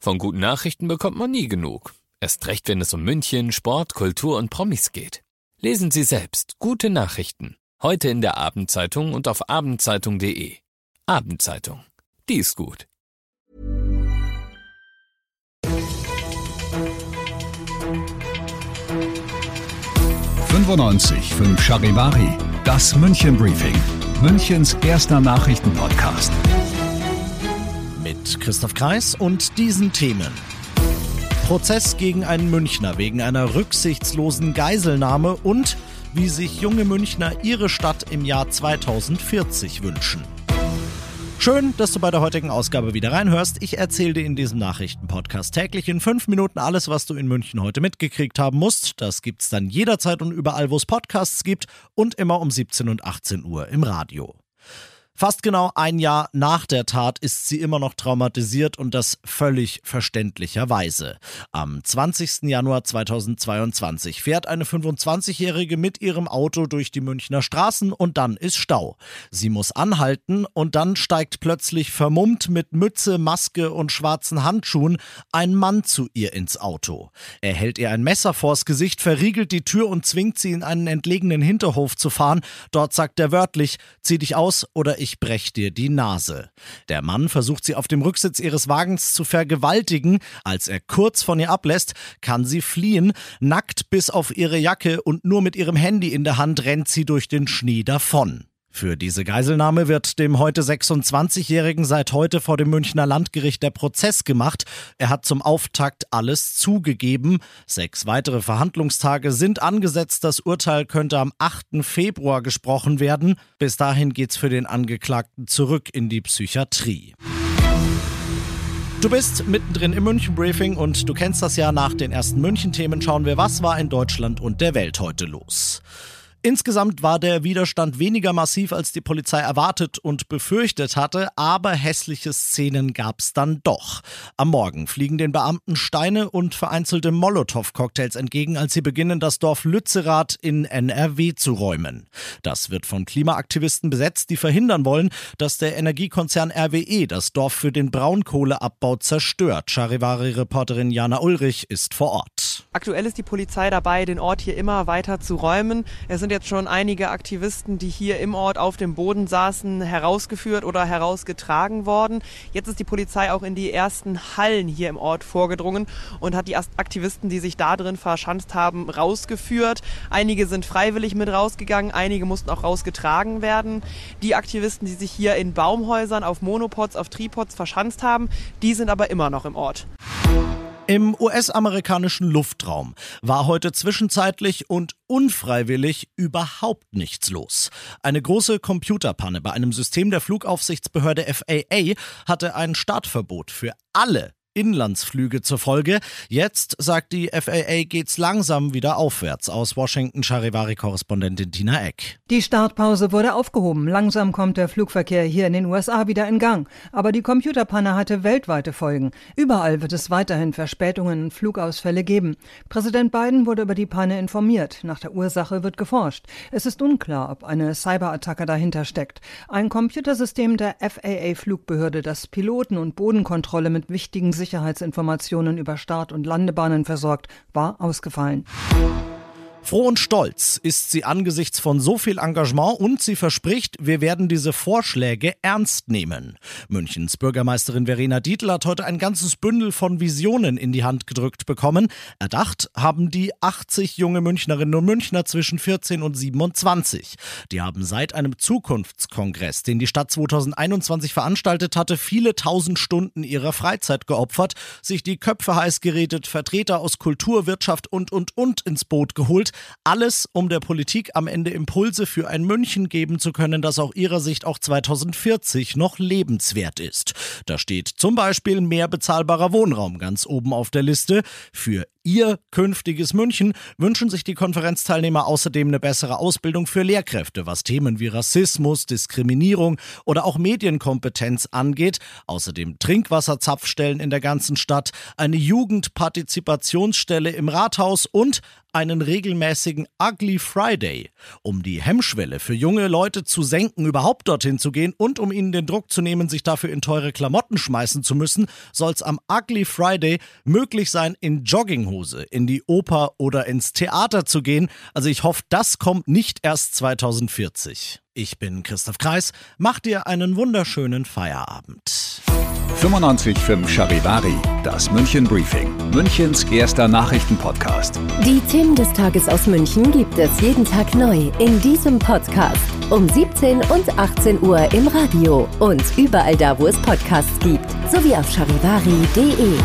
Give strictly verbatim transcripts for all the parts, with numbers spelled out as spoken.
Von guten Nachrichten bekommt man nie genug. Erst recht, wenn es um München, Sport, Kultur und Promis geht. Lesen Sie selbst gute Nachrichten. Heute in der Abendzeitung und auf abendzeitung punkt de. Abendzeitung. Die ist gut. fünfundneunzig Komma fünf Charivari, das München Briefing, Münchens erster Nachrichtenpodcast. Mit Christoph Kreis und diesen Themen. Prozess gegen einen Münchner wegen einer rücksichtslosen Geiselnahme und wie sich junge Münchner ihre Stadt im Jahr zweitausendvierzig wünschen. Schön, dass du bei der heutigen Ausgabe wieder reinhörst. Ich erzähle dir in diesem Nachrichtenpodcast täglich in fünf Minuten alles, was du in München heute mitgekriegt haben musst. Das gibt's dann jederzeit und überall, wo es Podcasts gibt und immer um siebzehn und achtzehn Uhr im Radio. Fast genau ein Jahr nach der Tat ist sie immer noch traumatisiert und das völlig verständlicherweise. Am zwanzigsten Januar zweitausendzweiundzwanzig fährt eine fünfundzwanzigjährige mit ihrem Auto durch die Münchner Straßen und dann ist Stau. Sie muss anhalten und dann steigt plötzlich vermummt mit Mütze, Maske und schwarzen Handschuhen ein Mann zu ihr ins Auto. Er hält ihr ein Messer vors Gesicht, verriegelt die Tür und zwingt sie in einen entlegenen Hinterhof zu fahren. Dort sagt er wörtlich: Zieh dich aus oder ich Ich brech dir die Nase. Der Mann versucht sie auf dem Rücksitz ihres Wagens zu vergewaltigen. Als er kurz von ihr ablässt, kann sie fliehen. Nackt bis auf ihre Jacke und nur mit ihrem Handy in der Hand rennt sie durch den Schnee davon. Für diese Geiselnahme wird dem heute sechsundzwanzigjährigen seit heute vor dem Münchner Landgericht der Prozess gemacht. Er hat zum Auftakt alles zugegeben. Sechs weitere Verhandlungstage sind angesetzt. Das Urteil könnte am achten Februar gesprochen werden. Bis dahin geht's für den Angeklagten zurück in die Psychiatrie. Du bist mittendrin im München-Briefing und du kennst das ja. Nach den ersten München-Themen schauen wir, was war in Deutschland und der Welt heute los. Insgesamt war der Widerstand weniger massiv, als die Polizei erwartet und befürchtet hatte, aber hässliche Szenen gab's dann doch. Am Morgen fliegen den Beamten Steine und vereinzelte Molotow-Cocktails entgegen, als sie beginnen, das Dorf Lützerath in N R W zu räumen. Das wird von Klimaaktivisten besetzt, die verhindern wollen, dass der Energiekonzern R W E das Dorf für den Braunkohleabbau zerstört. Charivari-Reporterin Jana Ulrich ist vor Ort. Aktuell ist die Polizei dabei, den Ort hier immer weiter zu räumen. Es sind jetzt schon einige Aktivisten, die hier im Ort auf dem Boden saßen, herausgeführt oder herausgetragen worden. Jetzt ist die Polizei auch in die ersten Hallen hier im Ort vorgedrungen und hat die Aktivisten, die sich da drin verschanzt haben, rausgeführt. Einige sind freiwillig mit rausgegangen, einige mussten auch rausgetragen werden. Die Aktivisten, die sich hier in Baumhäusern, auf Monopods, auf Tripods verschanzt haben, die sind aber immer noch im Ort. Im U S-amerikanischen Luftraum war heute zwischenzeitlich und unfreiwillig überhaupt nichts los. Eine große Computerpanne bei einem System der Flugaufsichtsbehörde F A A hatte ein Startverbot für alle Inlandsflüge zur Folge. Jetzt, sagt die F A A, geht's langsam wieder aufwärts. Aus Washington Charivari-Korrespondentin Tina Eck. Die Startpause wurde aufgehoben. Langsam kommt der Flugverkehr hier in den U S A wieder in Gang. Aber die Computerpanne hatte weltweite Folgen. Überall wird es weiterhin Verspätungen und Flugausfälle geben. Präsident Biden wurde über die Panne informiert. Nach der Ursache wird geforscht. Es ist unklar, ob eine Cyberattacke dahinter steckt. Ein Computersystem der F A A-Flugbehörde, das Piloten- und Bodenkontrolle mit wichtigen Sicherheitsinformationen über Start- und Landebahnen versorgt, war ausgefallen. Froh und stolz ist sie angesichts von so viel Engagement und sie verspricht, wir werden diese Vorschläge ernst nehmen. Münchens Bürgermeisterin Verena Dietl hat heute ein ganzes Bündel von Visionen in die Hand gedrückt bekommen. Erdacht haben die achtzig junge Münchnerinnen und Münchner zwischen vierzehn und siebenundzwanzig. Die haben seit einem Zukunftskongress, den die Stadt zweitausendeinundzwanzig veranstaltet hatte, viele tausend Stunden ihrer Freizeit geopfert, sich die Köpfe heiß geredet, Vertreter aus Kultur, Wirtschaft und, und, und ins Boot geholt. Alles, um der Politik am Ende Impulse für ein München geben zu können, das auch ihrer Sicht auch zweitausendvierzig noch lebenswert ist. Da steht zum Beispiel mehr bezahlbarer Wohnraum ganz oben auf der Liste. Für ihr künftiges München wünschen sich die Konferenzteilnehmer außerdem eine bessere Ausbildung für Lehrkräfte, was Themen wie Rassismus, Diskriminierung oder auch Medienkompetenz angeht. Außerdem Trinkwasserzapfstellen in der ganzen Stadt, eine Jugendpartizipationsstelle im Rathaus und einen regelmäßigen Ugly Friday. Um die Hemmschwelle für junge Leute zu senken, überhaupt dorthin zu gehen und um ihnen den Druck zu nehmen, sich dafür in teure Klamotten schmeißen zu müssen, soll es am Ugly Friday möglich sein, in Jogginghose in die Oper oder ins Theater zu gehen. Also ich hoffe, das kommt nicht erst zweitausendvierzig. Ich bin Christoph Kreis. Macht dir einen wunderschönen Feierabend. fünfundneunzig Komma fünf Charivari, das München Briefing, Münchens erster Nachrichtenpodcast. Die Themen des Tages aus München gibt es jeden Tag neu in diesem Podcast. Um siebzehn und achtzehn Uhr im Radio und überall da, wo es Podcasts gibt, sowie auf charivari punkt de.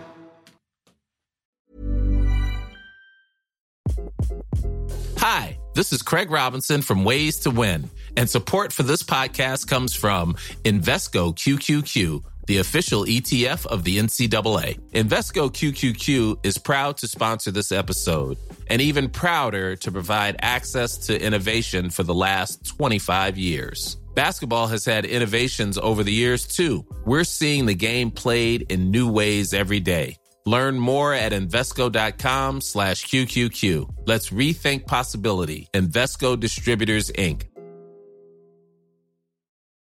Hi, this is Craig Robinson from Ways to Win, and support for this podcast comes from Invesco Q Q Q, the official E T F of the N C double A. Invesco Q Q Q is proud to sponsor this episode, and even prouder to provide access to innovation for the last twenty-five years. Basketball has had innovations over the years, too. We're seeing the game played in new ways every day. Learn more at Invesco.com slash QQQ. Let's rethink possibility. Invesco Distributors, Incorporated.